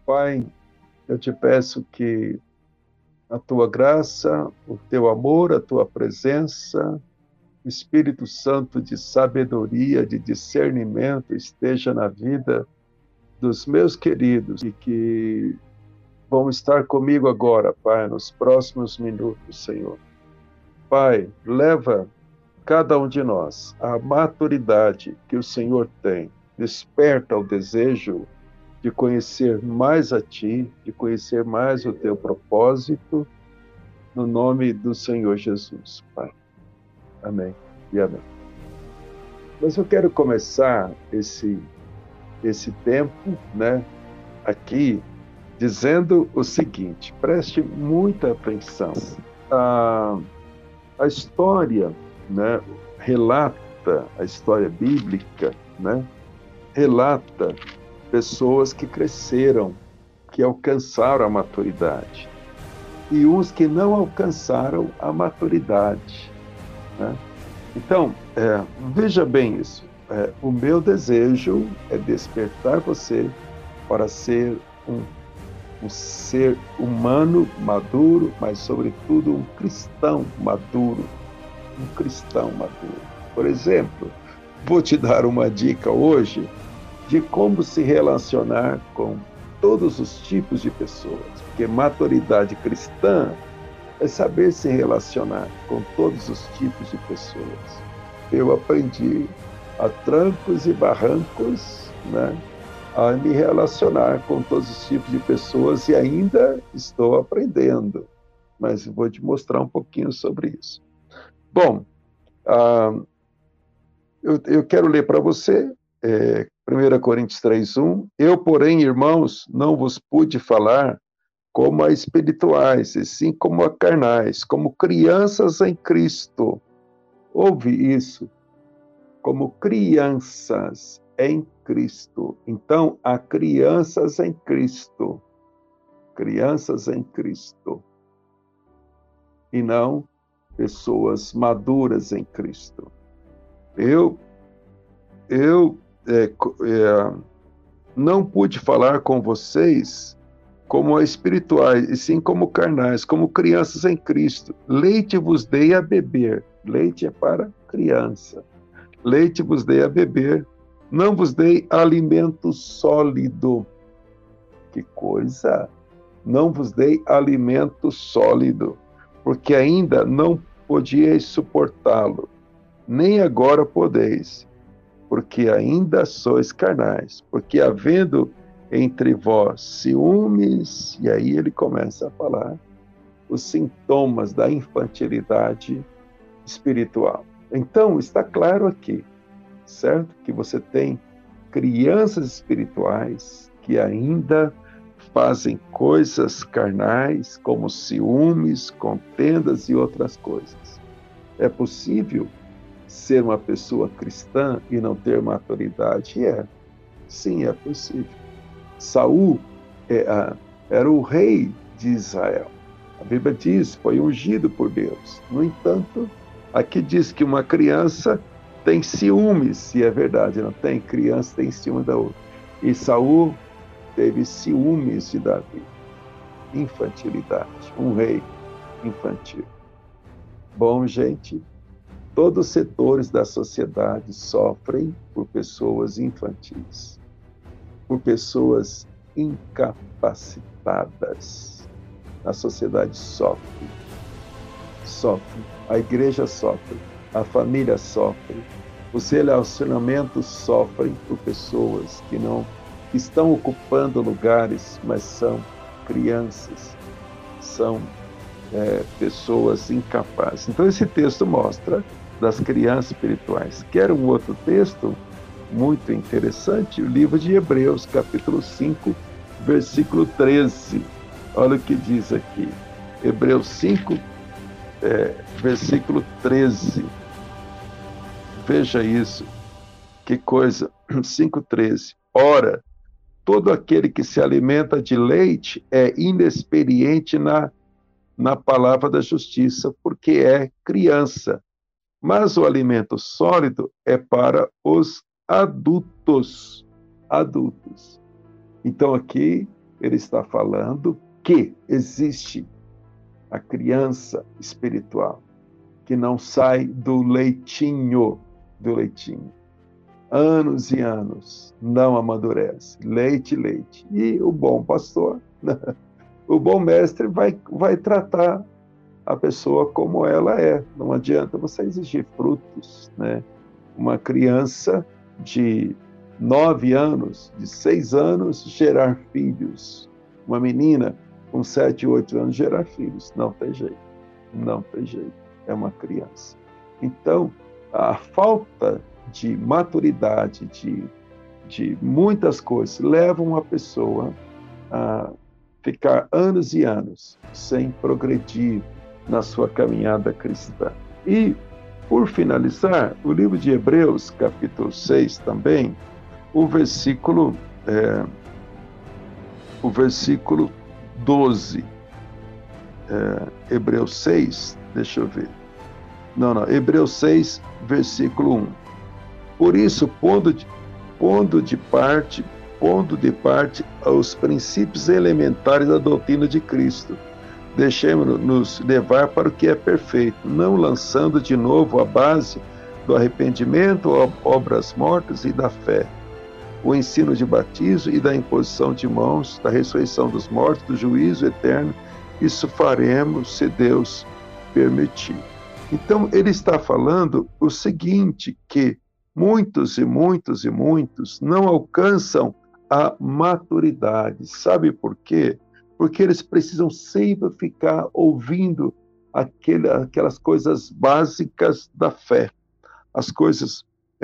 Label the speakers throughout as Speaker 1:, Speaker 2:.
Speaker 1: Pai, eu te peço que a tua graça, o teu amor, a tua presença, o Espírito Santo de sabedoria, de discernimento esteja na vida dos meus queridos e que vão estar comigo agora, Pai, nos próximos minutos, Senhor. Pai, leva cada um de nós à maturidade que o Senhor tem. Desperta o desejo de conhecer mais a Ti, de conhecer mais o Teu propósito, no nome do Senhor Jesus, Pai. Amém e amém. Mas eu quero começar esse tempo, né, aqui, dizendo o seguinte, preste muita atenção. A história, né, relata, a história bíblica, né, relata pessoas que cresceram, que alcançaram a maturidade, e uns que não alcançaram a maturidade, né? Então, veja bem isso. O meu desejo é despertar você para ser um ser humano maduro, mas, sobretudo, um cristão maduro. Um cristão maduro. Por exemplo, vou te dar uma dica hoje de como se relacionar com todos os tipos de pessoas, porque maturidade cristã é saber se relacionar com todos os tipos de pessoas. Eu aprendi a trancos e barrancos, né, a me relacionar com todos os tipos de pessoas e ainda estou aprendendo, mas vou te mostrar um pouquinho sobre isso. Bom, eu quero ler para você 1 Coríntios 3:1. Eu, porém, irmãos, não vos pude falar como a espirituais, e sim como a carnais, como crianças em Cristo. Ouve isso, como crianças em Cristo. Então, há crianças em Cristo, e não pessoas maduras em Cristo. Eu não pude falar com vocês como espirituais, e sim como carnais, como crianças em Cristo. Leite vos dei a beber. Leite é para criança. Leite vos dei a beber. Não vos dei alimento sólido. Que coisa! Não vos dei alimento sólido, porque ainda não podíeis suportá-lo, nem agora podeis, porque ainda sois carnais, porque havendo entre vós ciúmes, e aí ele começa a falar os sintomas da infantilidade espiritual. Então, está claro aqui, certo? Que você tem crianças espirituais que ainda fazem coisas carnais, como ciúmes, contendas e outras coisas. É possível ser uma pessoa cristã e não ter maturidade? Sim, é possível. Saul era o rei de Israel. A Bíblia diz, foi ungido por Deus. No entanto, aqui diz que uma criança tem ciúmes, e é verdade, não tem? Criança tem ciúme da outra. E Saul teve ciúmes de Davi. Infantilidade, um rei infantil. Bom, gente, todos os setores da sociedade sofrem por pessoas infantis, por pessoas incapacitadas. A sociedade sofre, a igreja sofre, a família sofre, os relacionamentos sofrem por pessoas que estão ocupando lugares, mas são crianças, são pessoas incapazes. Então esse texto mostra das crianças espirituais. Quer um outro texto muito interessante? O livro de Hebreus, capítulo 5, versículo 13. Olha o que diz aqui. Hebreus 5, versículo 13. Veja isso. Que coisa. 5:13. Ora, todo aquele que se alimenta de leite é inexperiente na palavra da justiça, porque é criança. Mas o alimento sólido é para os adultos. Então aqui ele está falando que existe a criança espiritual, que não sai do leitinho, Anos e anos, não amadurece. Leite, leite. E o bom pastor, o bom mestre vai tratar a pessoa como ela é. Não adianta você exigir frutos, né? Uma criança de 9 anos, de 6 anos, gerar filhos. Uma menina com 7, 8 anos gerar filhos. Não tem jeito. Não tem jeito. É uma criança. Então, a falta de maturidade, de muitas coisas, leva uma pessoa a ficar anos e anos sem progredir na sua caminhada cristã. E, por finalizar, o livro de Hebreus, capítulo 6 também, o versículo 12. Hebreus 6, deixa eu ver. Hebreus 6, versículo 1. Por isso, pondo de parte os princípios elementares da doutrina de Cristo, deixemos-nos levar para o que é perfeito, não lançando de novo a base do arrependimento, obras mortas e da fé, o ensino de batismo e da imposição de mãos, da ressurreição dos mortos, do juízo eterno. Isso faremos se Deus permitir. Então, ele está falando o seguinte, que muitos não alcançam a maturidade. Sabe por quê? Porque eles precisam sempre ficar ouvindo aquelas coisas básicas da fé, as coisas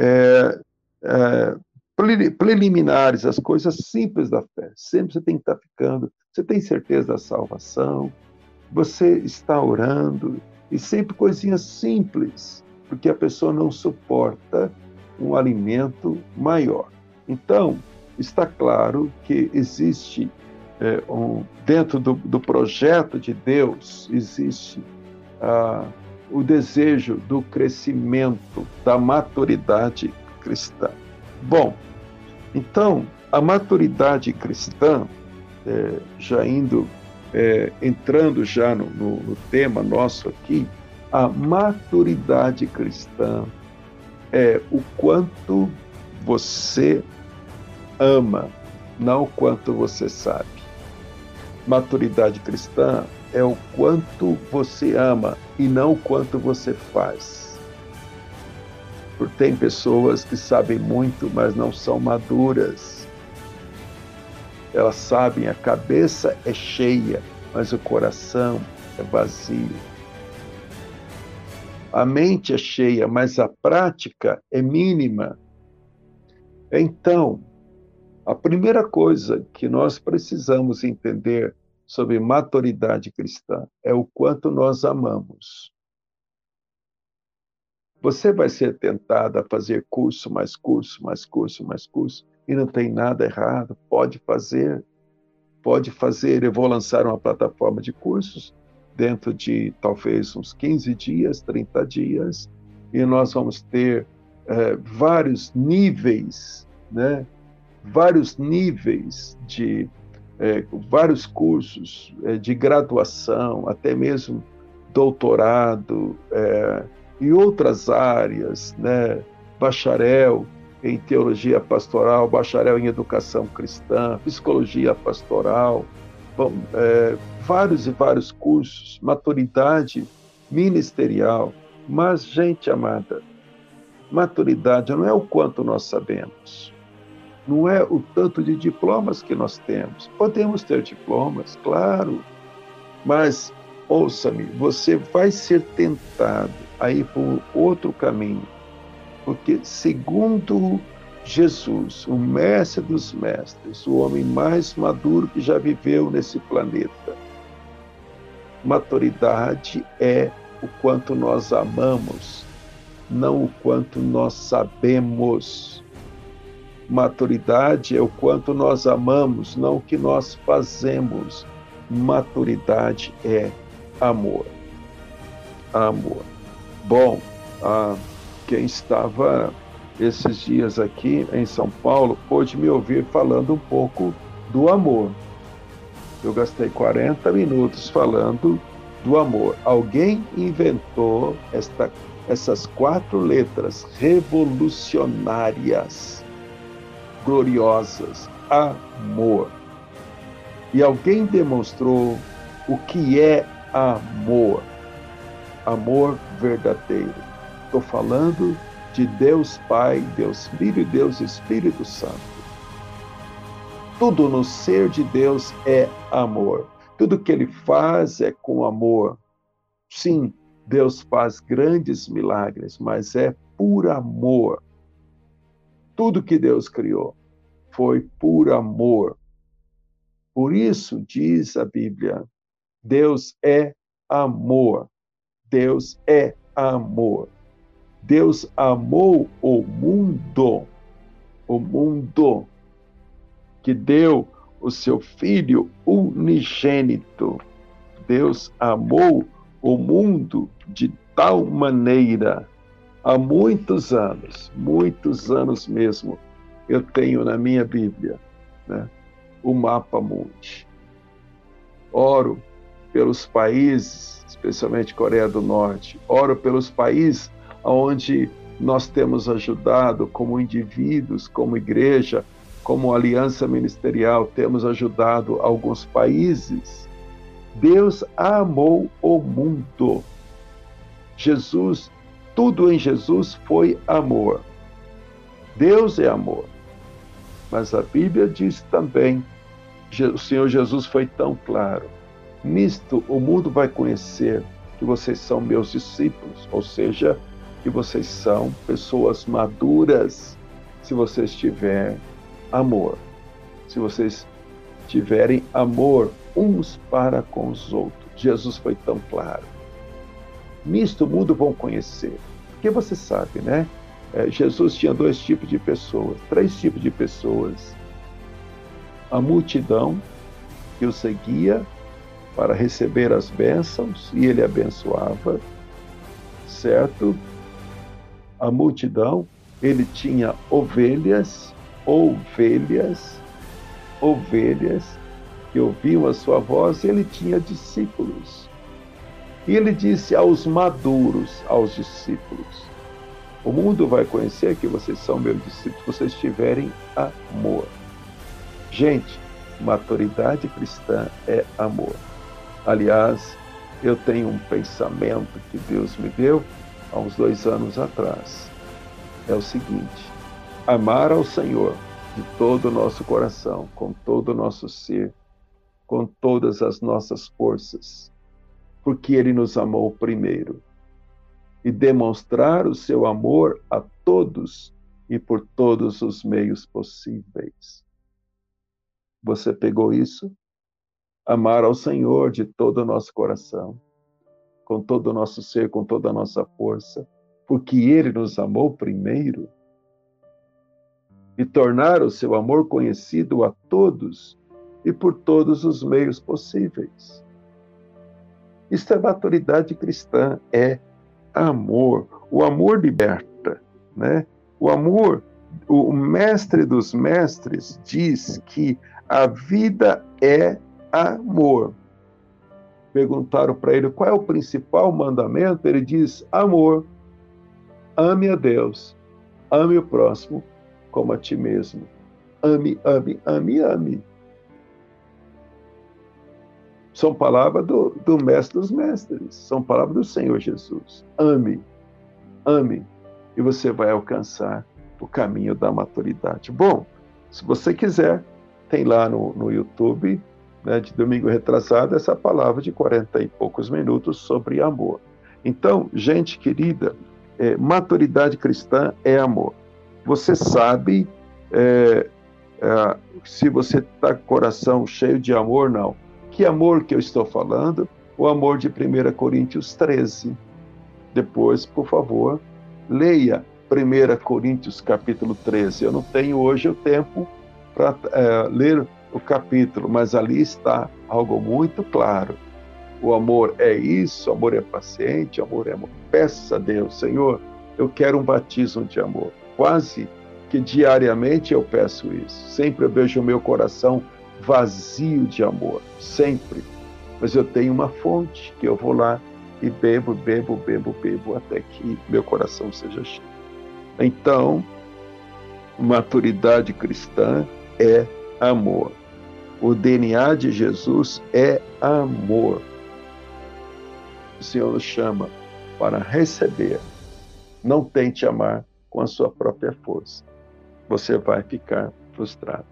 Speaker 1: preliminares, as coisas simples da fé. Sempre você tem que estar ficando, você tem certeza da salvação, você está orando, e sempre coisinhas simples, porque a pessoa não suporta um alimento maior. Então, está claro que existe, dentro do projeto de Deus, existe o desejo do crescimento, da maturidade cristã. Bom, então, a maturidade cristã, entrando já no tema nosso aqui, a maturidade cristã é o quanto você ama, não o quanto você sabe. Maturidade cristã é o quanto você ama e não o quanto você faz. Porque tem pessoas que sabem muito, mas não são maduras. Elas sabem, a cabeça é cheia, mas o coração é vazio. A mente é cheia, mas a prática é mínima. Então, a primeira coisa que nós precisamos entender sobre maturidade cristã é o quanto nós amamos. Você vai ser tentado a fazer curso, mais curso, mais curso, mais curso, e não tem nada errado, pode fazer. Eu vou lançar uma plataforma de cursos dentro de talvez uns 15 dias, 30 dias, e nós vamos ter vários níveis, né? Vários níveis de vários cursos de graduação, até mesmo doutorado, e outras áreas, né? Bacharel em teologia pastoral, bacharel em educação cristã, psicologia pastoral, vários e vários cursos, maturidade ministerial. Mas, gente amada, maturidade não é o quanto nós sabemos, não é o tanto de diplomas que nós temos. Podemos ter diplomas, claro, mas, ouça-me, você vai ser tentado a ir por outro caminho, porque, segundo Jesus, o mestre dos mestres, o homem mais maduro que já viveu nesse planeta, maturidade é o quanto nós amamos, não o quanto nós sabemos. Maturidade é o quanto nós amamos, não o que nós fazemos. Maturidade é amor. Amor. Bom, quem estava esses dias aqui em São Paulo pôde me ouvir falando um pouco do amor. Eu gastei 40 minutos falando do amor. Alguém inventou essas 4 letras revolucionárias, gloriosas, amor. E alguém demonstrou o que é amor. Amor verdadeiro. Estou falando de Deus Pai, Deus Filho e Deus Espírito Santo. Tudo no ser de Deus é amor. Tudo que Ele faz é com amor. Sim, Deus faz grandes milagres, mas é por amor. Tudo que Deus criou foi por amor. Por isso, diz a Bíblia, Deus é amor. Deus é amor. Deus amou o mundo que deu o seu Filho unigênito. Deus amou o mundo de tal maneira, há muitos anos mesmo, eu tenho na minha Bíblia, né, o mapa mundi. Oro pelos países, especialmente Coreia do Norte, oro pelos países onde nós temos ajudado como indivíduos, como igreja, como aliança ministerial, temos ajudado alguns países. Deus amou o mundo. Jesus, tudo em Jesus foi amor. Deus é amor. Mas a Bíblia diz também, o Senhor Jesus foi tão claro, nisto o mundo vai conhecer que vocês são meus discípulos, ou seja, que vocês são pessoas maduras, se vocês tiverem amor. Se vocês tiverem amor uns para com os outros. Jesus foi tão claro. Nisto o mundo vão conhecer. Porque você sabe, né? Jesus tinha 2 tipos de pessoas, 3 tipos de pessoas. A multidão que o seguia para receber as bênçãos e ele abençoava, certo? A multidão, ele tinha ovelhas que ouviam a sua voz, e ele tinha discípulos. E ele disse aos maduros, aos discípulos, o mundo vai conhecer que vocês são meus discípulos, se vocês tiverem amor. Gente, maturidade cristã é amor. Aliás, eu tenho um pensamento que Deus me deu há uns 2 anos atrás. É o seguinte: amar ao Senhor de todo o nosso coração, com todo o nosso ser, com todas as nossas forças, porque Ele nos amou primeiro. E demonstrar o seu amor a todos e por todos os meios possíveis. Você pegou isso? Amar ao Senhor de todo o nosso coração, com todo o nosso ser, com toda a nossa força, porque Ele nos amou primeiro. E tornar o seu amor conhecido a todos e por todos os meios possíveis. Isso é maturidade cristã, é amor. O amor liberta, né? O amor, o mestre dos mestres diz que a vida é amor. Perguntaram para ele qual é o principal mandamento, ele diz: amor. Ame a Deus, ame o próximo como a ti mesmo. Ame, ame, ame, ame. São palavras do mestre dos mestres, são palavras do Senhor Jesus. Ame, ame, e você vai alcançar o caminho da maturidade. Bom, se você quiser, tem lá no YouTube, né, de domingo retrasado, essa palavra de 40 e poucos minutos sobre amor. Então, gente querida, maturidade cristã é amor. Você sabe se você está com o coração cheio de amor, não. Que amor que eu estou falando? O amor de 1 Coríntios 13. Depois, por favor, leia 1 Coríntios capítulo 13. Eu não tenho hoje o tempo para ler o capítulo, mas ali está algo muito claro. O amor é isso, o amor é paciente, o amor é amor. Peça a Deus: Senhor, eu quero um batismo de amor. Quase que diariamente eu peço isso. Sempre eu vejo o meu coração vazio de amor, sempre. Mas eu tenho uma fonte que eu vou lá e bebo, bebo, bebo, bebo, até que meu coração seja cheio. Então, maturidade cristã é amor. O DNA de Jesus é amor. O Senhor nos chama para receber. Não tente amar com a sua própria força. Você vai ficar frustrado.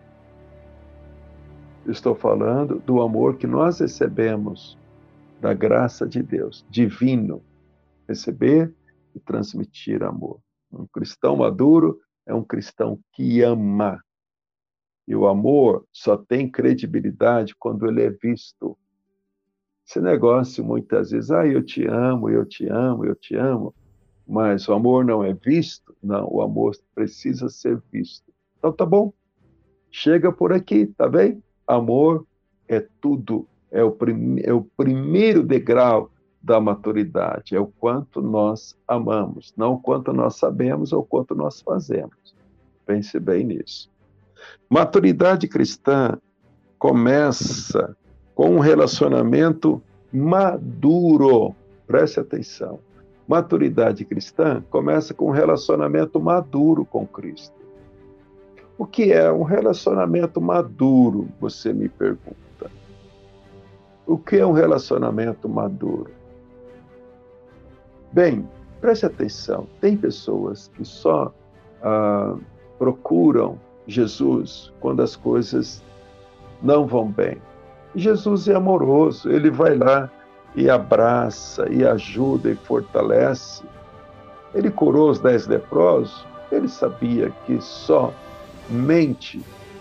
Speaker 1: Estou falando do amor que nós recebemos da graça de Deus, divino. Receber e transmitir amor. Um cristão maduro é um cristão que ama. E o amor só tem credibilidade quando ele é visto. Esse negócio, muitas vezes, eu te amo, eu te amo, eu te amo, mas o amor não é visto? Não, o amor precisa ser visto. Então tá bom, chega por aqui, tá bem? Amor é tudo, é o primeiro degrau da maturidade, é o quanto nós amamos, não o quanto nós sabemos ou o quanto nós fazemos. Pense bem nisso. Maturidade cristã começa com um relacionamento maduro. Preste atenção. Maturidade cristã começa com um relacionamento maduro com Cristo. O que é um relacionamento maduro, você me pergunta? O que é um relacionamento maduro? Bem, preste atenção. Tem pessoas que só procuram Jesus quando as coisas não vão bem. Jesus é amoroso, ele vai lá e abraça, e ajuda, e fortalece. Ele curou os 10 leprosos, ele sabia que somente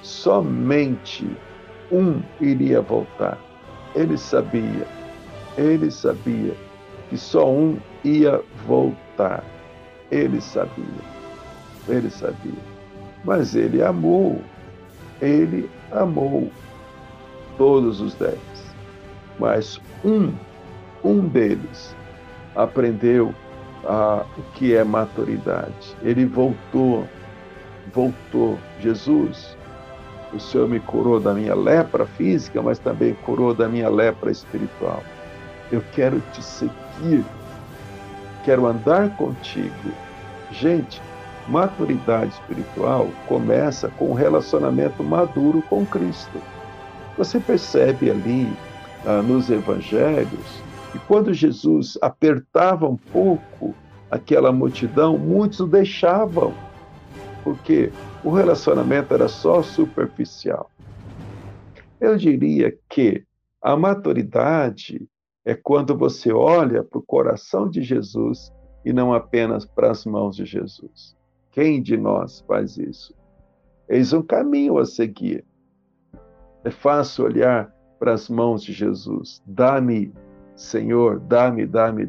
Speaker 1: um iria voltar. Ele sabia que só um ia voltar. Ele sabia. Mas ele amou todos os 10. Mas um deles aprendeu o que é maturidade. Ele voltou. Jesus, o Senhor me curou da minha lepra física, mas também curou da minha lepra espiritual. Eu quero te seguir, quero andar contigo. Gente, maturidade espiritual começa com um relacionamento maduro com Cristo. Você percebe ali nos evangelhos que quando Jesus apertava um pouco aquela multidão, muitos o deixavam, porque o relacionamento era só superficial. Eu diria que a maturidade é quando você olha para o coração de Jesus e não apenas para as mãos de Jesus. Quem de nós faz isso? Eis um caminho a seguir. É fácil olhar para as mãos de Jesus. Dá-me, Senhor, dá-me,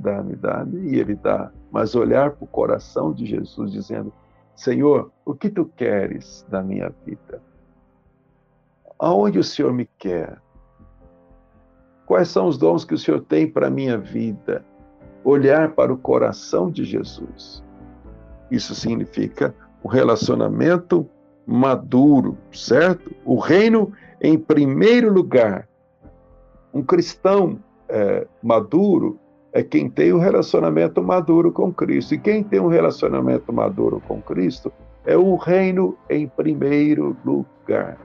Speaker 1: e Ele dá. Mas olhar para o coração de Jesus dizendo, Senhor, o que Tu queres da minha vida? Aonde o Senhor me quer? Quais são os dons que o Senhor tem para a minha vida? Olhar para o coração de Jesus. Isso significa um relacionamento maduro, certo? O reino em primeiro lugar. Um cristão maduro é quem tem um relacionamento maduro com Cristo. E quem tem um relacionamento maduro com Cristo é o reino em primeiro lugar.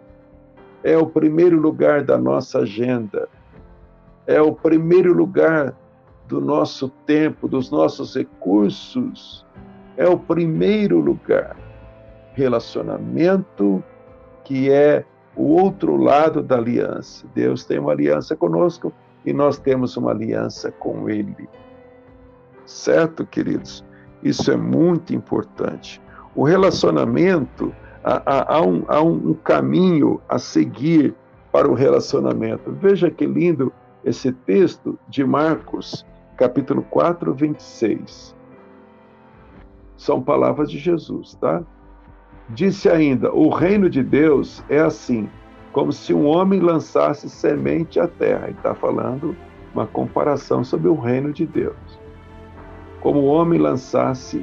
Speaker 1: É o primeiro lugar da nossa agenda. É o primeiro lugar do nosso tempo, dos nossos recursos. É o primeiro lugar. Relacionamento que é o outro lado da aliança. Deus tem uma aliança conosco e nós temos uma aliança com Ele. Certo, queridos? Isso é muito importante. O relacionamento, há um caminho a seguir para o relacionamento. Veja que lindo esse texto de Marcos, capítulo 4, 26. São palavras de Jesus, tá? Disse ainda, o reino de Deus é assim, como se um homem lançasse semente à terra. Ele está falando uma comparação sobre o reino de Deus. Como o homem lançasse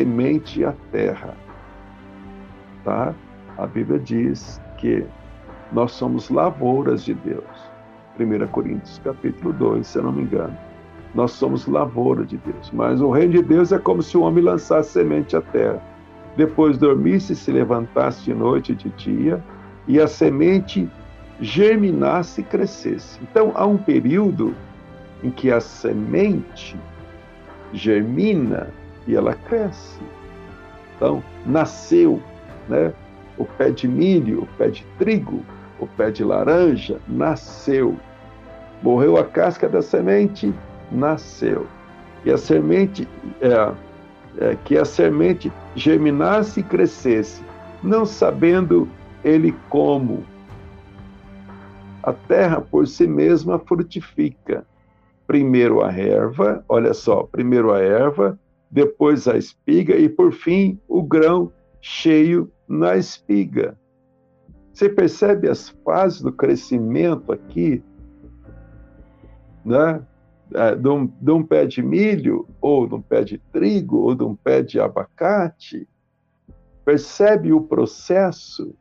Speaker 1: semente à terra. Tá? A Bíblia diz que Nós somos lavouras de Deus. 1 Coríntios capítulo 2, se eu não me engano. Nós somos lavoura de Deus. Mas o reino de Deus é como se o homem lançasse semente à terra. Depois dormisse, se levantasse de noite e de dia, e a semente germinasse e crescesse. Então, há um período em que a semente germina e ela cresce. Então, nasceu, né? O pé de milho, o pé de trigo, o pé de laranja, nasceu. Morreu a casca da semente, nasceu. E a semente, que a semente germinasse e crescesse, não sabendo ele como. A terra por si mesma frutifica. Primeiro a erva, olha só, primeiro a erva, depois a espiga e, por fim, o grão cheio na espiga. Você percebe as fases do crescimento aqui, né? De um pé de milho, ou de um pé de trigo, ou de um pé de abacate? Percebe o processo?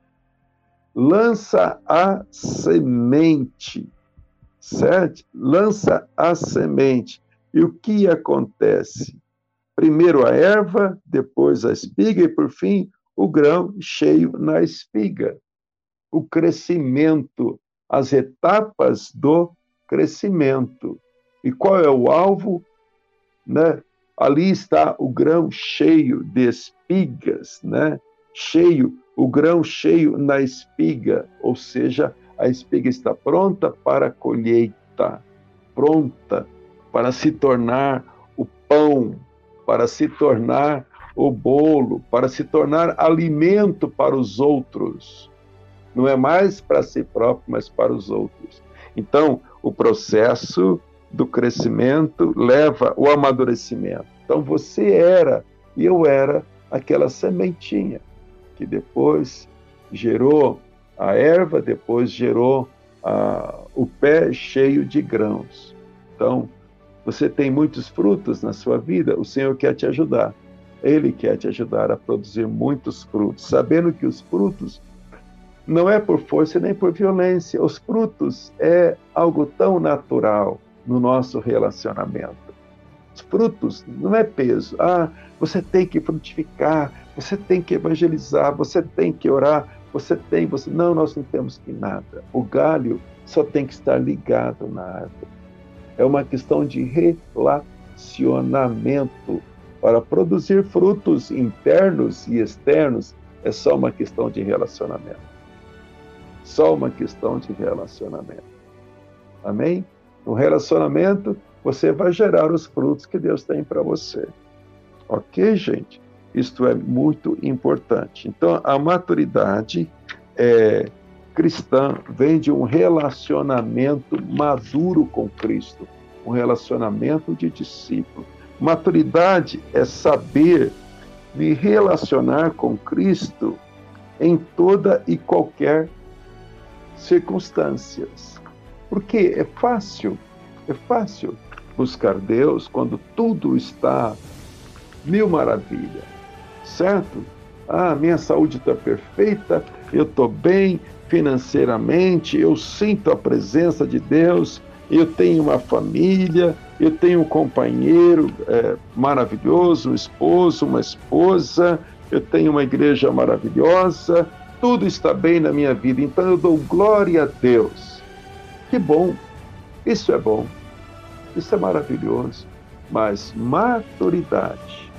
Speaker 1: Lança a semente, certo? Lança a semente. E o que acontece? Primeiro a erva, depois a espiga e, por fim, o grão cheio na espiga. O crescimento, as etapas do crescimento. E qual é o alvo? Né? Ali está o grão cheio de espigas, né? Cheio, o grão cheio na espiga, ou seja, a espiga está pronta para a colheita, pronta para se tornar o pão, para se tornar o bolo, para se tornar alimento para os outros. Não é mais para si próprio, mas para os outros. Então, o processo do crescimento leva ao amadurecimento. Então, você era, e eu era, aquela sementinha que depois gerou a erva, depois gerou o pé cheio de grãos. Então, você tem muitos frutos na sua vida, o Senhor quer te ajudar. Ele quer te ajudar a produzir muitos frutos, sabendo que os frutos não é por força nem por violência. Os frutos é algo tão natural no nosso relacionamento. Os frutos não é peso. Você tem que frutificar, você tem que evangelizar, você tem que orar, Não, nós não temos que nada. O galho só tem que estar ligado na árvore. É uma questão de relacionamento. Para produzir frutos internos e externos, é só uma questão de relacionamento. Só uma questão de relacionamento. Amém? No relacionamento, você vai gerar os frutos que Deus tem para você. Ok, gente? Isto é muito importante. Então, a maturidade cristã vem de um relacionamento maduro com Cristo, um relacionamento de discípulo. Maturidade é saber me relacionar com Cristo em toda e qualquer circunstâncias. Porque é fácil buscar Deus quando tudo está mil maravilhas, certo? Minha saúde está perfeita, eu estou bem financeiramente, eu sinto a presença de Deus, eu tenho uma família, eu tenho um companheiro maravilhoso, um esposo, uma esposa, eu tenho uma igreja maravilhosa, tudo está bem na minha vida, então eu dou glória a Deus. Que bom, isso é bom, isso é maravilhoso, mas maturidade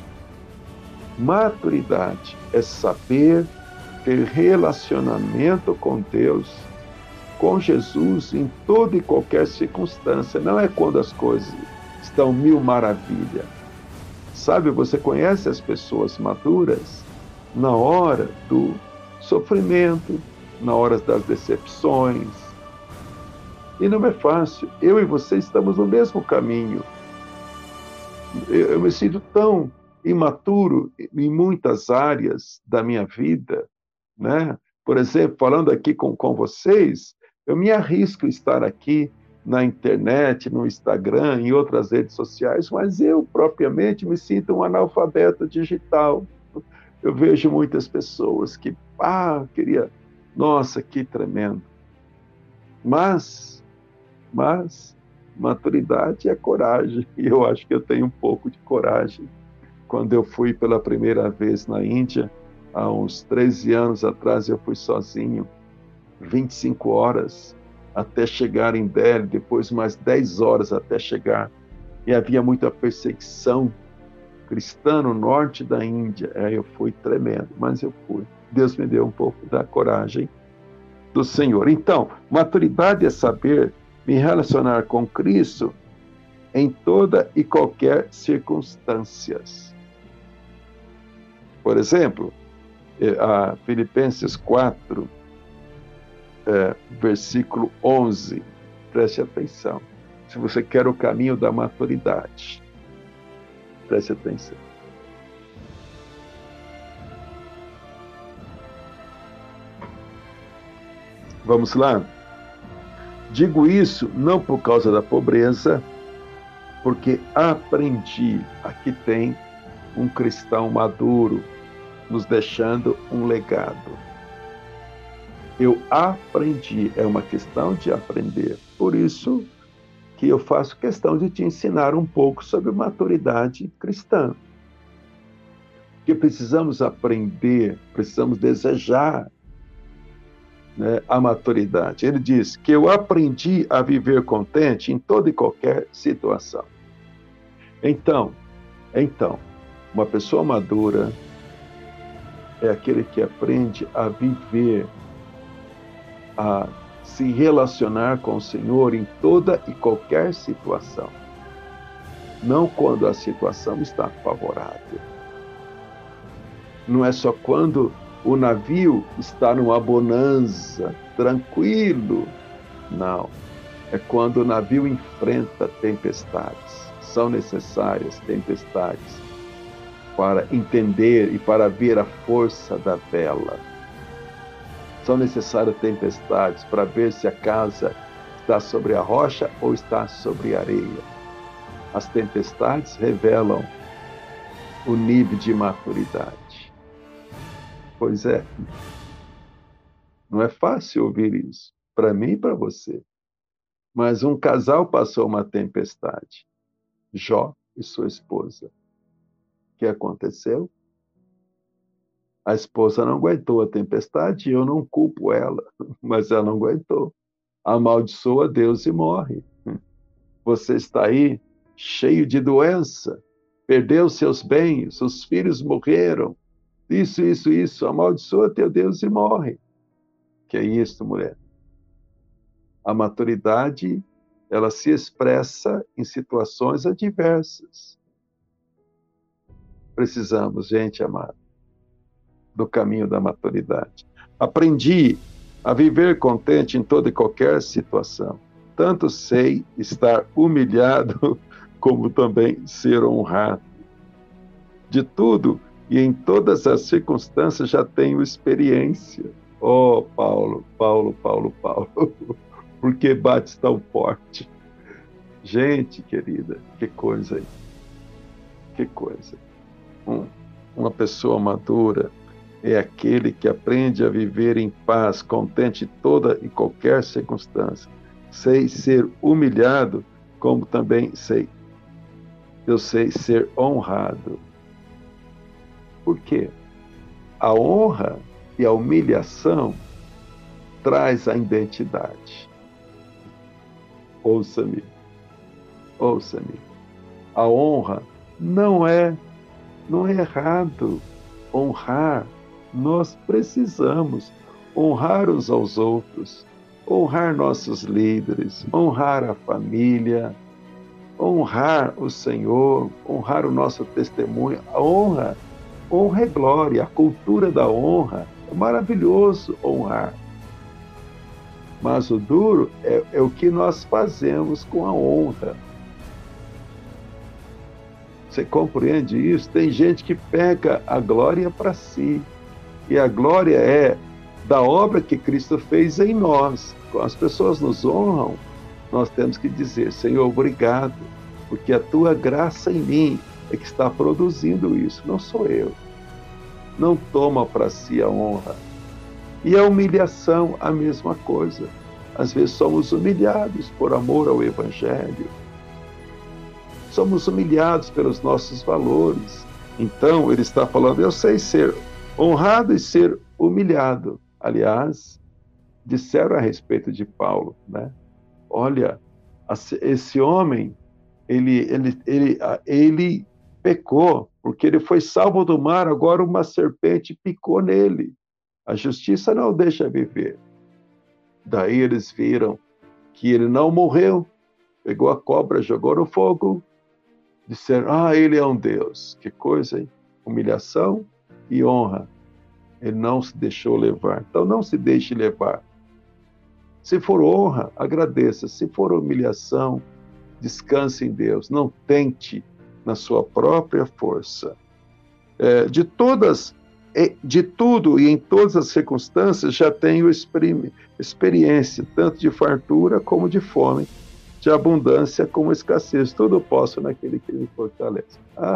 Speaker 1: é saber ter relacionamento com Deus, com Jesus, em toda e qualquer circunstância. Não é quando as coisas estão mil maravilha. Sabe, você conhece as pessoas maduras na hora do sofrimento, na hora das decepções. E não é fácil. Eu e você estamos no mesmo caminho. Eu me sinto tão imaturo em muitas áreas da minha vida, né? Por exemplo, falando aqui com vocês, eu me arrisco a estar aqui na internet, no Instagram, em outras redes sociais, mas eu propriamente me sinto um analfabeto digital. Eu vejo muitas pessoas que, nossa, que tremendo. Mas maturidade é coragem, e eu acho que eu tenho um pouco de coragem. Quando eu fui pela primeira vez na Índia, há uns 13 anos atrás, eu fui sozinho, 25 horas até chegar em Delhi, depois mais 10 horas até chegar, e havia muita perseguição cristã no norte da Índia. Eu fui tremendo, mas eu fui. Deus me deu um pouco da coragem do Senhor. Então, maturidade é saber me relacionar com Cristo em toda e qualquer circunstâncias. Por exemplo, a Filipenses 4, versículo 11. Preste atenção. Se você quer o caminho da maturidade, preste atenção. Vamos lá? Digo isso não por causa da pobreza, porque aprendi. Aqui tem um cristão maduro nos deixando um legado. Eu aprendi, é uma questão de aprender. Por isso que eu faço questão de te ensinar um pouco sobre maturidade cristã. Porque precisamos aprender, precisamos desejar, né, a maturidade. Ele diz que eu aprendi a viver contente em toda e qualquer situação. Então, uma pessoa madura é aquele que aprende a viver, a se relacionar com o Senhor em toda e qualquer situação. Não quando a situação está favorável. Não é só quando o navio está numa bonança, tranquilo. Não. É quando o navio enfrenta tempestades. São necessárias tempestades para entender e para ver a força da vela. São necessárias tempestades para ver se a casa está sobre a rocha ou está sobre a areia. As tempestades revelam o nível de maturidade. Pois é, não é fácil ouvir isso, para mim e para você. Mas um casal passou uma tempestade, Jó e sua esposa. O que aconteceu? A esposa não aguentou a tempestade, e eu não culpo ela, mas ela não aguentou. Amaldiçoa Deus e morre. Você está aí cheio de doença, perdeu seus bens, os filhos morreram, isso, amaldiçoa teu Deus e morre. Que é isso, mulher? A maturidade, ela se expressa em situações adversas. Precisamos, gente amada, do caminho da maturidade. Aprendi a viver contente em toda e qualquer situação. Tanto sei estar humilhado, como também ser honrado. De tudo e em todas as circunstâncias já tenho experiência. Oh, Paulo, por que bates tão forte? Gente querida, que coisa aí. Que coisa. Uma pessoa madura é aquele que aprende a viver em paz, contente em toda e qualquer circunstância. Sei ser humilhado, como também eu sei ser honrado. Por quê? A honra e a humilhação traz a identidade. Ouça-me. A honra não é errado. Honrar, nós precisamos honrar uns aos outros, honrar nossos líderes, honrar a família, honrar o Senhor, honrar o nosso testemunho. A honra é glória, a cultura da honra. É maravilhoso honrar. Mas o duro é o que nós fazemos com a honra. Você compreende isso? Tem gente que pega a glória para si. E a glória é da obra que Cristo fez em nós. Quando as pessoas nos honram, nós temos que dizer: Senhor, obrigado, porque a tua graça em mim é que está produzindo isso, não sou eu. Não toma para si a honra. E a humilhação, a mesma coisa. Às vezes somos humilhados por amor ao Evangelho. Somos humilhados pelos nossos valores. Então, ele está falando, eu sei ser honrado e ser humilhado. Aliás, disseram a respeito de Paulo, né? Olha, esse homem, ele pecou, porque ele foi salvo do mar, agora uma serpente picou nele. A justiça não o deixa viver. Daí eles viram que ele não morreu, pegou a cobra, jogou no fogo, disseram, ele é um Deus. Que coisa, hein? Humilhação e honra. Ele não se deixou levar. Então não se deixe levar. Se for honra, agradeça. Se for humilhação, descanse em Deus. Não tente na sua própria força. De tudo e em todas as circunstâncias já tenho experiência, tanto de fartura como de fome, de abundância como escassez. Tudo posso naquele que me fortalece.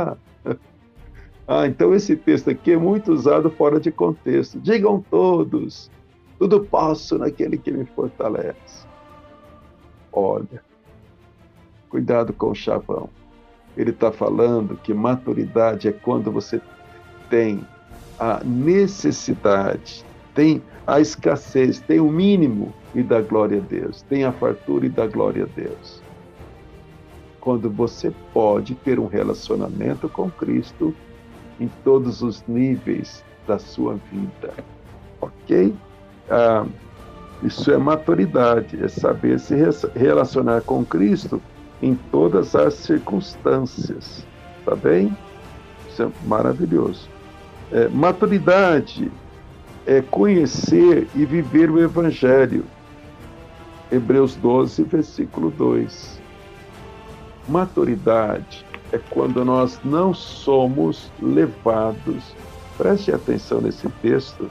Speaker 1: Então esse texto aqui é muito usado fora de contexto. Digam todos, tudo posso naquele que me fortalece. Olha, cuidado com o chavão. Ele está falando que maturidade é quando você tem a necessidade, tem a escassez, tem o mínimo e dá glória a Deus, tem a fartura e dá glória a Deus. Quando você pode ter um relacionamento com Cristo em todos os níveis da sua vida, ok? Isso é maturidade, é saber se relacionar com Cristo em todas as circunstâncias, tá bem? Isso é maravilhoso. Maturidade é conhecer e viver o Evangelho. Hebreus 12, versículo 2. Maturidade é quando nós não somos levados, preste atenção nesse texto,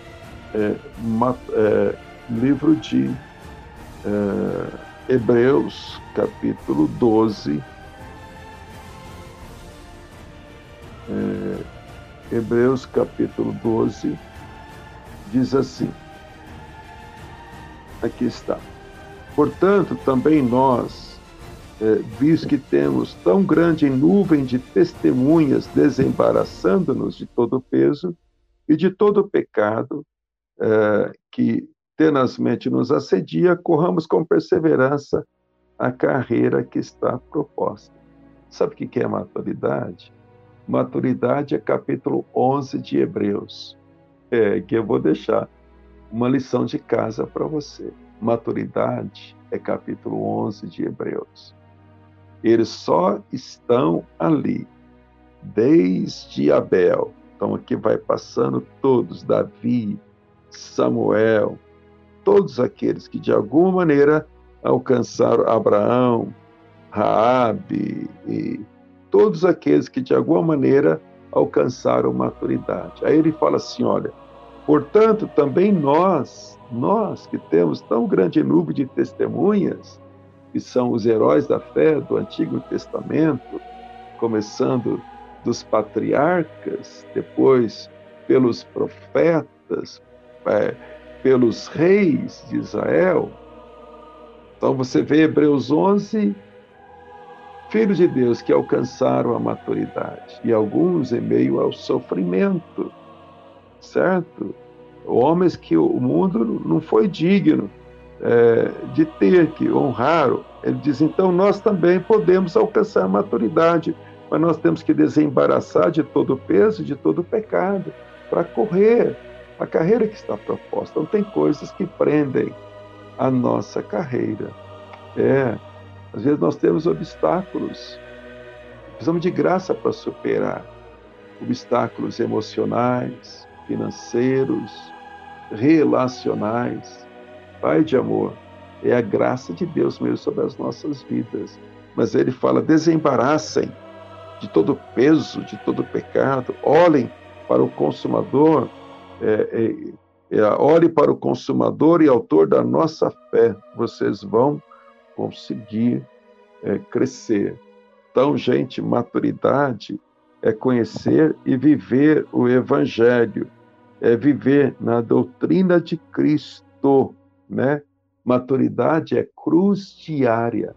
Speaker 1: livro de Hebreus, capítulo 12, Hebreus, capítulo 12, diz assim, aqui está, portanto, também nós, visto que temos tão grande nuvem de testemunhas desembaraçando-nos de todo o peso e de todo o pecado que tenazmente nos assedia, corramos com perseverança a carreira que está proposta. Sabe o que é maturidade? Maturidade é capítulo 11 de Hebreus, que eu vou deixar uma lição de casa para você. Maturidade é capítulo 11 de Hebreus. Eles só estão ali, desde Abel. Então aqui vai passando todos, Davi, Samuel, todos aqueles que de alguma maneira alcançaram Abraão, Raabe, e todos aqueles que de alguma maneira alcançaram maturidade. Aí ele fala assim, olha, portanto também nós que temos tão grande nuvem de testemunhas, que são os heróis da fé do Antigo Testamento, começando dos patriarcas, depois pelos profetas, pelos reis de Israel. Então você vê Hebreus 11, filhos de Deus que alcançaram a maturidade, e alguns em meio ao sofrimento, certo? Homens que o mundo não foi digno de ter, que honraram. Ele diz, então nós também podemos alcançar a maturidade, mas nós temos que desembaraçar de todo o peso, de todo o pecado, para correr a carreira que está proposta. Então tem coisas que prendem a nossa carreira. Às vezes nós temos obstáculos, precisamos de graça para superar obstáculos emocionais, financeiros, relacionais. Pai de amor, é a graça de Deus mesmo sobre as nossas vidas. Mas ele fala, desembaraçem de todo peso, de todo pecado, olhem para o consumador, olhe para o consumador e autor da nossa fé, vocês vão conseguir crescer. Então, gente, maturidade é conhecer e viver o Evangelho, é viver na doutrina de Cristo, né? Maturidade é cruz diária.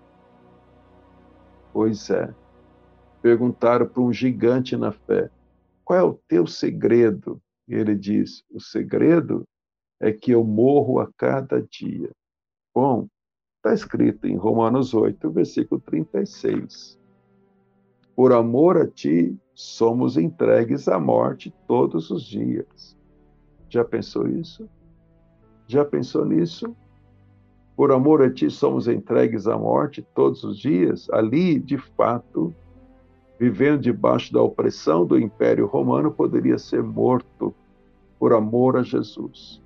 Speaker 1: Pois é. Perguntaram para um gigante na fé: qual é o teu segredo? E ele diz: o segredo é que eu morro a cada dia. Bom, está escrito em Romanos 8, versículo 36. Por amor a ti, somos entregues à morte todos os dias. Já pensou isso? Já pensou nisso? Por amor a ti, somos entregues à morte todos os dias? Ali, de fato, vivendo debaixo da opressão do Império Romano, poderia ser morto por amor a Jesus.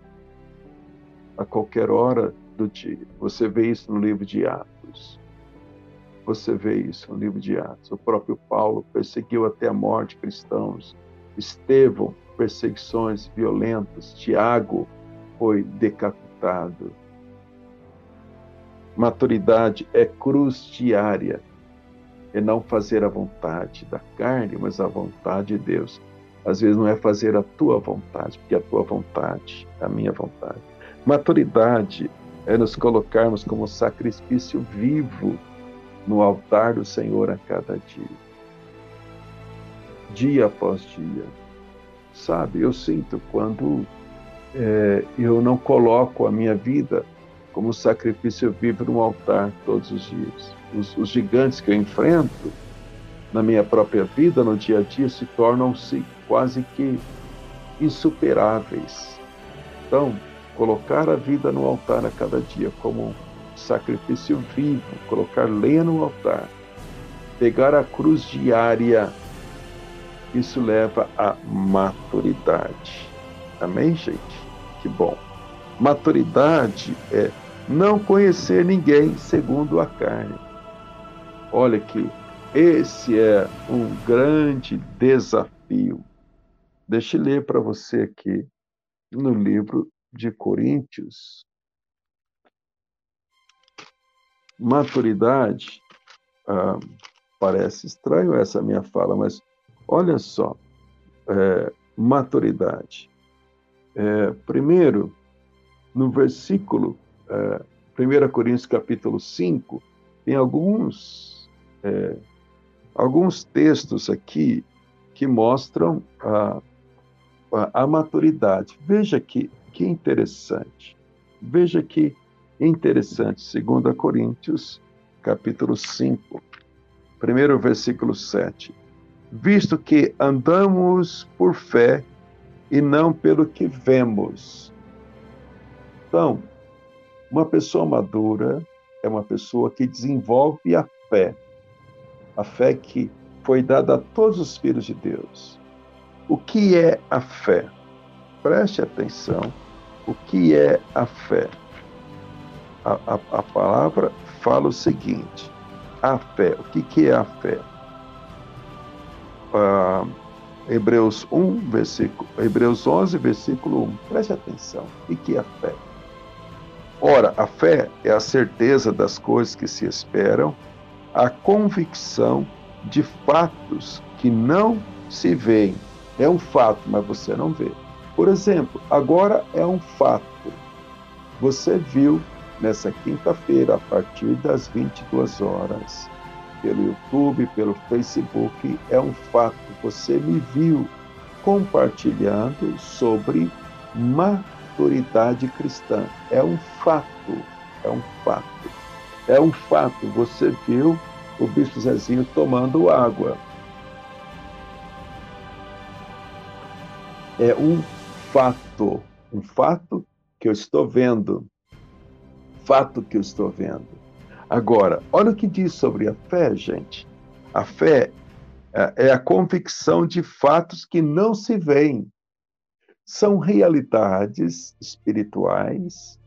Speaker 1: A qualquer hora do dia. Você vê isso no livro de Atos. Você vê isso no livro de Atos. O próprio Paulo perseguiu até a morte cristãos. Estevão, perseguições violentas. Tiago foi decapitado. Maturidade é cruz diária. É não fazer a vontade da carne, mas a vontade de Deus. Às vezes não é fazer a tua vontade, porque a tua vontade é a minha vontade. Maturidade é nos colocarmos como sacrifício vivo no altar do Senhor a cada dia. Dia após dia. Sabe, eu sinto quando eu não coloco a minha vida como sacrifício vivo no altar todos os dias. Os gigantes que eu enfrento na minha própria vida, no dia a dia, se tornam-se quase que insuperáveis. Então, colocar a vida no altar a cada dia como sacrifício vivo, colocar lenha no altar, pegar a cruz diária, isso leva à maturidade. Amém, gente? Que bom. Maturidade é não conhecer ninguém segundo a carne. Olha que esse é um grande desafio. Deixa eu ler para você aqui no livro de Coríntios. Maturidade, parece estranho essa minha fala, mas olha só, maturidade. Primeiro, no versículo 1 Coríntios capítulo 5, tem alguns textos aqui que mostram a maturidade. Veja que interessante. Veja que interessante. 2 Coríntios, capítulo 5, primeiro versículo 7. Visto que andamos por fé e não pelo que vemos. Então, uma pessoa madura é uma pessoa que desenvolve a fé que foi dada a todos os filhos de Deus. O que é a fé? Preste atenção. O que é a fé? A palavra fala o seguinte: a fé. O que é a fé? Hebreus 11, versículo 1. Preste atenção. O que é a fé? Ora, a fé é a certeza das coisas que se esperam, a convicção de fatos que não se veem. É um fato, mas você não vê. Por exemplo, agora é um fato. Você viu nessa quinta-feira, a partir das 22 horas, pelo YouTube, pelo Facebook, é um fato. Você me viu compartilhando sobre maturidade cristã. É um fato. É um fato. É um fato. Você viu o Bispo Zezinho tomando água. É um fato. Um fato que eu estou vendo. Fato que eu estou vendo. Agora, olha o que diz sobre a fé, gente. A fé é a convicção de fatos que não se veem. São realidades espirituais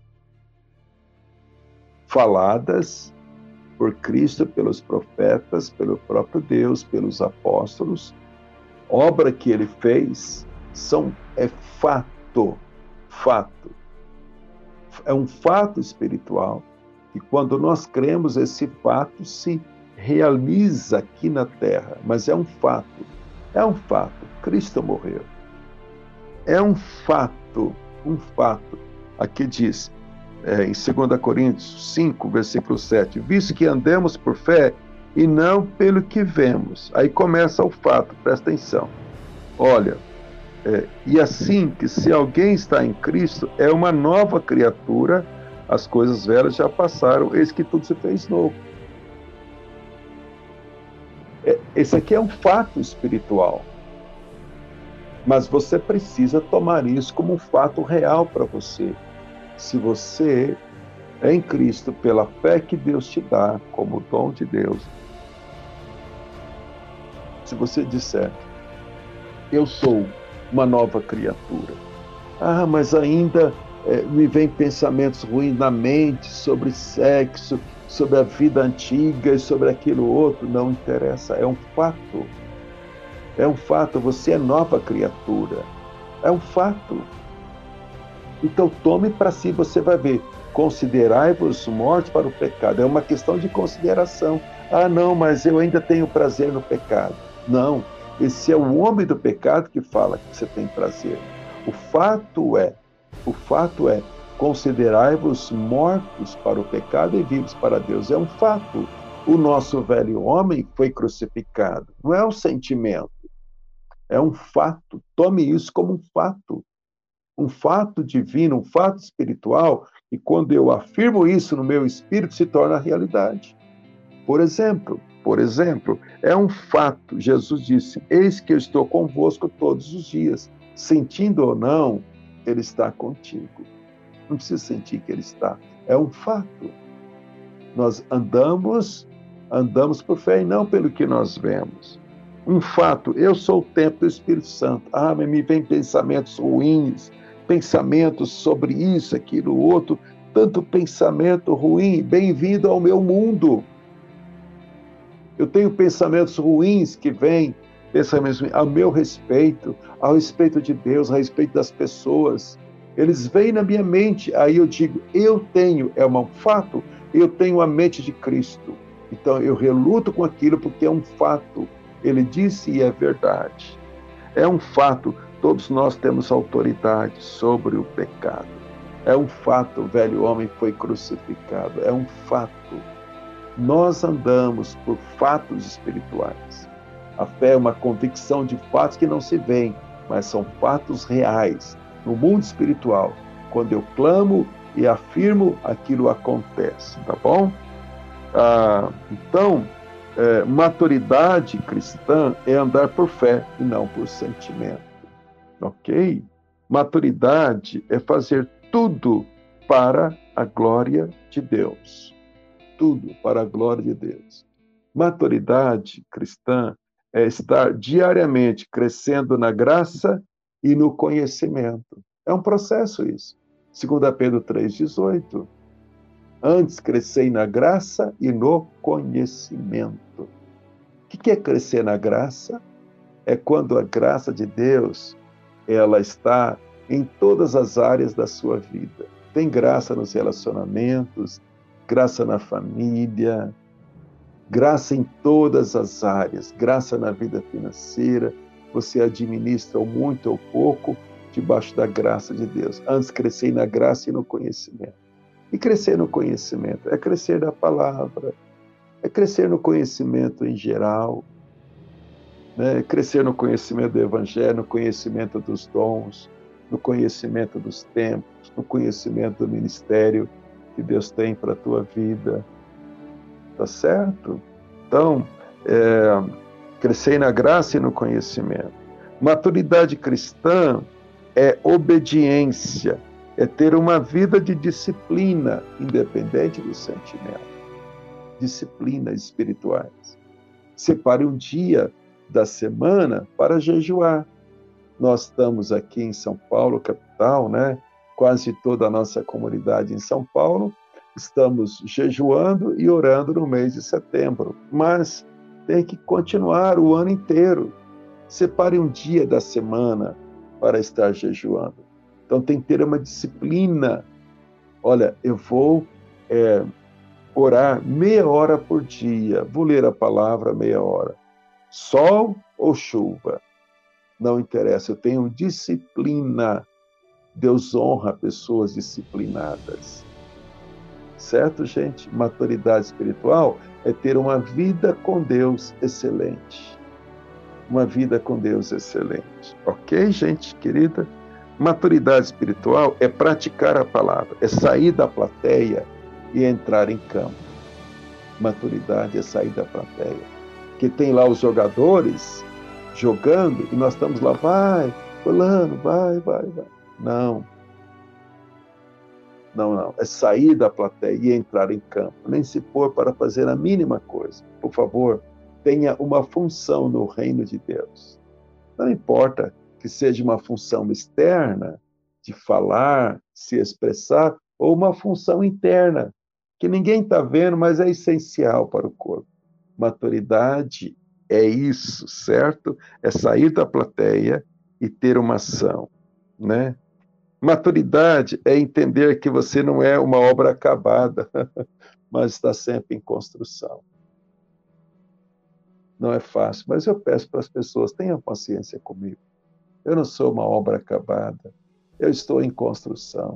Speaker 1: faladas por Cristo, pelos profetas, pelo próprio Deus, pelos apóstolos. Obra que ele fez é fato. Fato. É um fato espiritual. E quando nós cremos, esse fato se realiza aqui na terra. Mas é um fato. É um fato. Cristo morreu. É um fato. Um fato. Aqui diz, em 2 Coríntios 5, versículo 7, visto que andemos por fé e não pelo que vemos. Aí começa o fato, presta atenção. Olha, e assim que se alguém está em Cristo, é uma nova criatura, as coisas velhas já passaram, eis que tudo se fez novo. Esse aqui é um fato espiritual, mas você precisa tomar isso como um fato real para você. Se você é em Cristo, pela fé que Deus te dá, como dom de Deus, se você disser, eu sou uma nova criatura, mas ainda me vem pensamentos ruins na mente sobre sexo, sobre a vida antiga e sobre aquilo outro, não interessa, é um fato. É um fato, você é nova criatura. É um fato. Então tome para si, você vai ver. Considerai-vos mortos para o pecado. É uma questão de consideração. Não, mas eu ainda tenho prazer no pecado. Não, esse é o homem do pecado que fala que você tem prazer. O fato é, considerai-vos mortos para o pecado e vivos para Deus. É um fato. O nosso velho homem foi crucificado. Não é um sentimento. É um fato. Tome isso como um fato divino, um fato espiritual, e quando eu afirmo isso no meu espírito, se torna realidade. Por exemplo, é um fato. Jesus disse, eis que eu estou convosco todos os dias. Sentindo ou não, ele está contigo. Não precisa sentir que ele está. É um fato. Nós andamos por fé e não pelo que nós vemos. Um fato, eu sou o templo do Espírito Santo. Mas me vem pensamentos ruins, pensamentos sobre isso, aquilo, outro, tanto pensamento ruim. Bem-vindo ao meu mundo. Eu tenho pensamentos ruins que vêm, pensamentos ruins, a meu respeito, ao respeito de Deus, a respeito das pessoas. Eles vêm na minha mente, aí eu digo, é um fato, eu tenho a mente de Cristo. Então eu reluto com aquilo porque é um fato. Ele disse e é verdade. É um fato, todos nós temos autoridade sobre o pecado. É um fato, o velho homem foi crucificado. É um fato. Nós andamos por fatos espirituais. A fé é uma convicção de fatos que não se veem, mas são fatos reais. No mundo espiritual, quando eu clamo e afirmo, aquilo acontece, tá bom? Então, maturidade cristã é andar por fé e não por sentimento, ok? Maturidade é fazer tudo para a glória de Deus. Tudo para a glória de Deus. Maturidade cristã é estar diariamente crescendo na graça e no conhecimento. É um processo isso. 2 Pedro 3,18. Antes crescei na graça e no conhecimento. O que é crescer na graça? É quando a graça de Deus ela está em todas as áreas da sua vida. Tem graça nos relacionamentos, graça na família, graça em todas as áreas, graça na vida financeira. Você administra o muito ou pouco debaixo da graça de Deus. Antes cresci na graça e no conhecimento. E crescer no conhecimento é crescer da palavra, é crescer no conhecimento em geral, né? Crescer no conhecimento do Evangelho, no conhecimento dos dons, no conhecimento dos tempos, no conhecimento do ministério que Deus tem para a tua vida. Tá certo? Então, crescer na graça e no conhecimento. Maturidade cristã é obediência, é ter uma vida de disciplina, independente do sentimento. Disciplinas espirituais. Separe um dia da semana para jejuar. Nós estamos aqui em São Paulo, capital, né? Quase toda a nossa comunidade em São Paulo. Estamos jejuando e orando no mês de setembro, mas tem que continuar o ano inteiro. Separe um dia da semana para estar jejuando. Então tem que ter uma disciplina. Olha, eu vou orar meia hora por dia, vou ler a palavra meia hora. Sol ou chuva, não interessa, eu tenho disciplina. Deus honra pessoas disciplinadas. Certo, gente? Maturidade espiritual é ter uma vida com Deus excelente. Uma vida com Deus excelente. Ok, gente querida? Maturidade espiritual é praticar a palavra, é sair da plateia e entrar em campo. Maturidade é sair da plateia. Que tem lá os jogadores jogando e nós estamos lá, vai, fulano, vai. Não, não. É sair da plateia e entrar em campo. Nem se pôr para fazer a mínima coisa. Por favor, tenha uma função no reino de Deus. Não importa que seja uma função externa, de falar, se expressar, ou uma função interna, que ninguém está vendo, mas é essencial para o corpo. Maturidade é isso, certo? É sair da plateia e ter uma ação, né? Maturidade é entender que você não é uma obra acabada, mas está sempre em construção. Não é fácil, mas eu peço para as pessoas, tenham paciência comigo. Eu não sou uma obra acabada, eu estou em construção.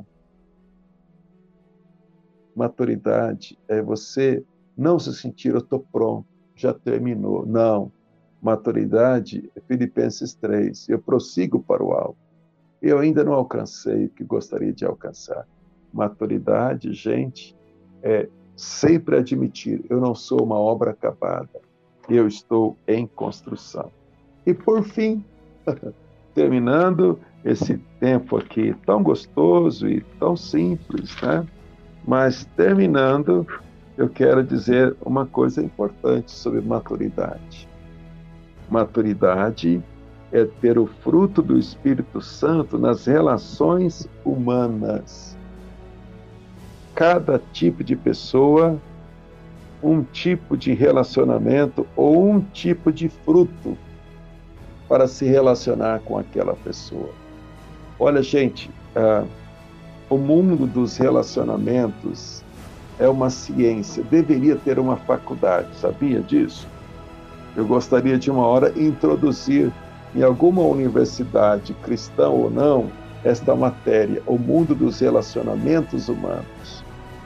Speaker 1: Maturidade é você não se sentir, eu estou pronto, já terminou. Não. Maturidade é Filipenses 3, eu prossigo para o alvo. Eu ainda não alcancei o que gostaria de alcançar. Maturidade, gente, é sempre admitir, eu não sou uma obra acabada, eu estou em construção. E por fim, terminando esse tempo aqui tão gostoso e tão simples, né? Mas terminando, eu quero dizer uma coisa importante sobre maturidade. Maturidade é ter o fruto do Espírito Santo nas relações humanas. Cada tipo de pessoa, um tipo de relacionamento ou um tipo de fruto para se relacionar com aquela pessoa. Olha, gente, o mundo dos relacionamentos é uma ciência, deveria ter uma faculdade, sabia disso? Eu gostaria de uma hora introduzir em alguma universidade, cristã ou não, esta matéria, o mundo dos relacionamentos humanos.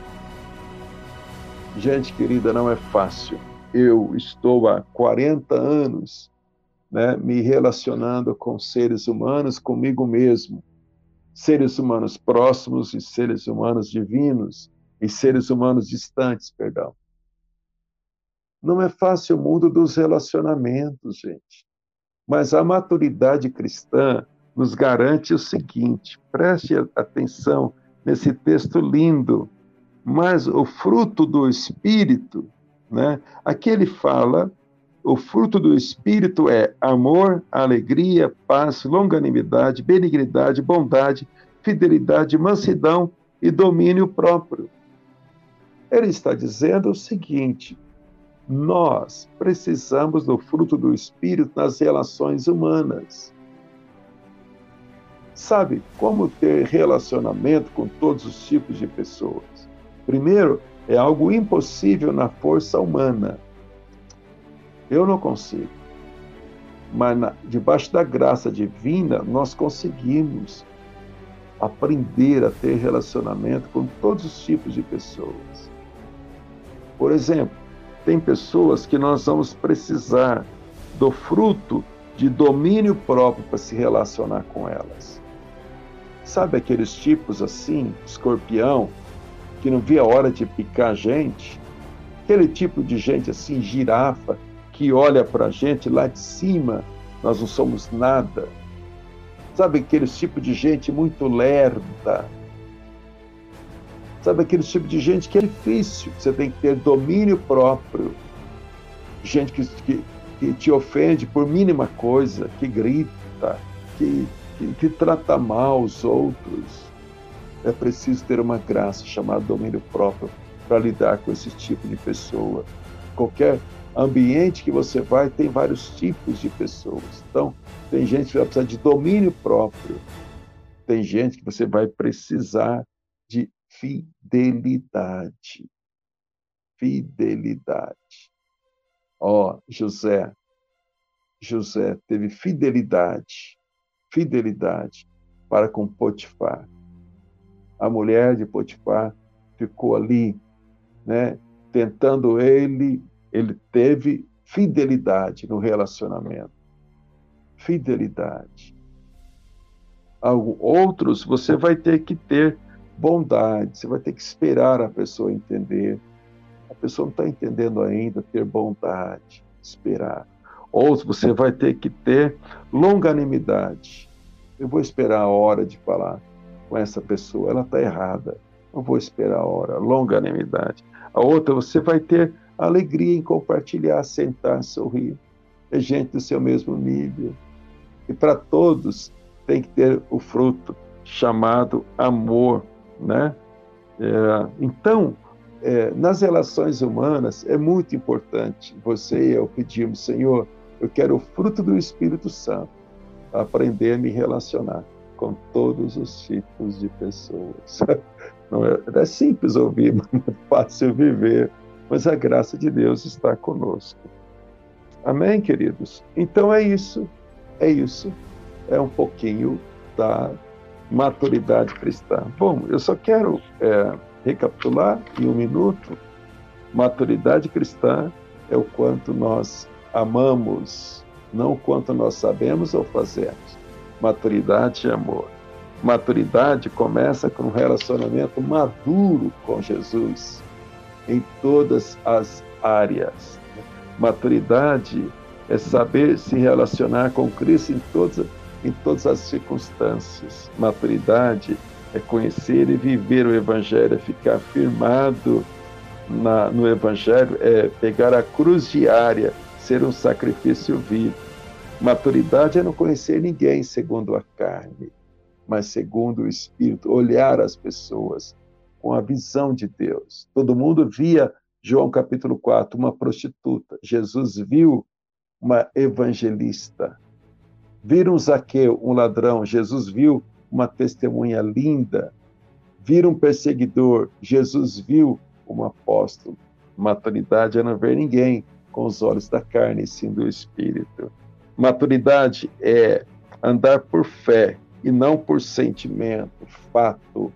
Speaker 1: Gente querida, não é fácil. Eu estou há 40 anos, né, me relacionando com seres humanos, comigo mesmo. Seres humanos próximos e seres humanos divinos, e seres humanos distantes, perdão. Não é fácil o mundo dos relacionamentos, gente. Mas a maturidade cristã nos garante o seguinte, preste atenção nesse texto lindo, mas o fruto do Espírito, né? Aqui ele fala, o fruto do Espírito é amor, alegria, paz, longanimidade, benignidade, bondade, fidelidade, mansidão e domínio próprio. Ele está dizendo o seguinte, nós precisamos do fruto do Espírito nas relações humanas. Sabe como ter relacionamento com todos os tipos de pessoas? Primeiro, é algo impossível na força humana. Eu não consigo. Mas debaixo da graça divina, nós conseguimos aprender a ter relacionamento com todos os tipos de pessoas. Por exemplo, tem pessoas que nós vamos precisar do fruto de domínio próprio para se relacionar com elas. Sabe aqueles tipos assim, escorpião, que não via a hora de picar a gente? Aquele tipo de gente assim, girafa, que olha para a gente lá de cima, nós não somos nada. Sabe aqueles tipo de gente muito lerda? Sabe aquele tipo de gente que é difícil, você tem que ter domínio próprio. Gente que te ofende por mínima coisa, que grita, que trata mal os outros. É preciso ter uma graça chamada domínio próprio para lidar com esse tipo de pessoa. Qualquer ambiente que você vai, tem vários tipos de pessoas. Então, tem gente que vai precisar de domínio próprio. Tem gente que você vai precisar de fidelidade. Fidelidade. Ó, José teve fidelidade para com Potifar. A mulher de Potifar ficou ali né? Tentando ele teve fidelidade no relacionamento. Fidelidade. Outros, você vai ter que ter bondade, você vai ter que esperar a pessoa entender. A pessoa não está entendendo ainda, ter bondade, esperar. Outros, você vai ter que ter longanimidade. Eu vou esperar a hora de falar com essa pessoa, ela está errada. Eu vou esperar a hora, longanimidade. A outra, você vai ter alegria em compartilhar, sentar, sorrir. É gente do seu mesmo nível. E para todos tem que ter o fruto chamado amor, né? Então, nas relações humanas é muito importante você e eu pedirmos, Senhor, eu quero o fruto do Espírito Santo para aprender a me relacionar com todos os tipos de pessoas. Não é simples ouvir, mas não é fácil viver, mas a graça de Deus está conosco. Amém, queridos? Então é isso. É um pouquinho da maturidade cristã. Bom, eu só quero recapitular em um minuto. Maturidade cristã é o quanto nós amamos, não o quanto nós sabemos ou fazemos. Maturidade é amor. Maturidade começa com um relacionamento maduro com Jesus em todas as áreas. Maturidade é saber se relacionar com Cristo em todas as circunstâncias. Maturidade é conhecer e viver o Evangelho, é ficar firmado no Evangelho, é pegar a cruz diária, ser um sacrifício vivo. Maturidade é não conhecer ninguém segundo a carne, mas segundo o Espírito, olhar as pessoas com a visão de Deus. Todo mundo via, João capítulo 4, uma prostituta. Jesus viu uma evangelista. Viram Zaqueu, um ladrão. Jesus viu uma testemunha linda. Viram um perseguidor. Jesus viu um apóstolo. Maturidade é não ver ninguém com os olhos da carne, e sim do Espírito. Maturidade é andar por fé e não por sentimento. Fato.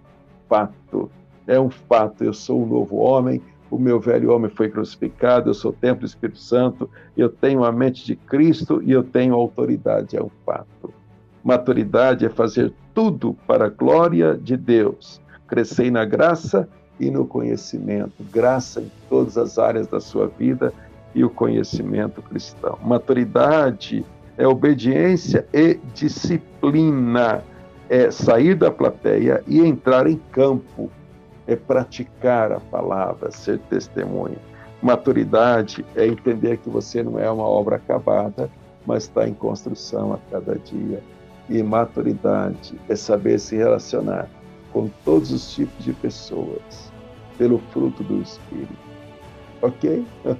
Speaker 1: É um fato. Eu sou um novo homem. O meu velho homem foi crucificado, eu sou o templo do Espírito Santo, eu tenho a mente de Cristo e eu tenho autoridade, é um fato. Maturidade é fazer tudo para a glória de Deus. Crescer na graça e no conhecimento. Graça em todas as áreas da sua vida e o conhecimento cristão. Maturidade é obediência e disciplina. É sair da plateia e entrar em campo. É praticar a palavra, ser testemunha. Maturidade é entender que você não é uma obra acabada, mas está em construção a cada dia. E maturidade é saber se relacionar com todos os tipos de pessoas, pelo fruto do Espírito. Ok?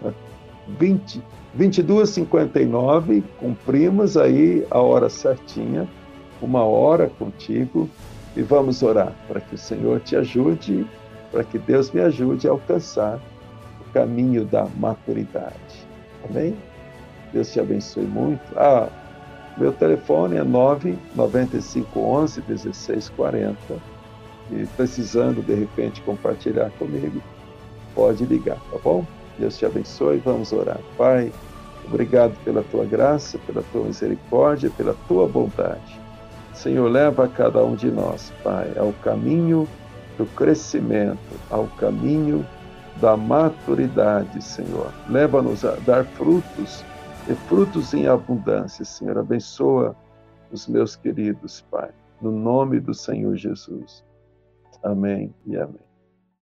Speaker 1: 22h59, cumprimos aí a hora certinha, 1 hora contigo. E vamos orar para que o Senhor te ajude, para que Deus me ajude a alcançar o caminho da maturidade. Amém? Deus te abençoe muito. Meu telefone é 99511-1640. E precisando, de repente, compartilhar comigo, pode ligar, tá bom? Deus te abençoe. Vamos orar. Pai, obrigado pela tua graça, pela tua misericórdia, pela tua bondade. Senhor, leva a cada um de nós, Pai, ao caminho do crescimento, ao caminho da maturidade, Senhor. Leva-nos a dar frutos, e frutos em abundância, Senhor. Abençoa os meus queridos, Pai, no nome do Senhor Jesus. Amém e amém.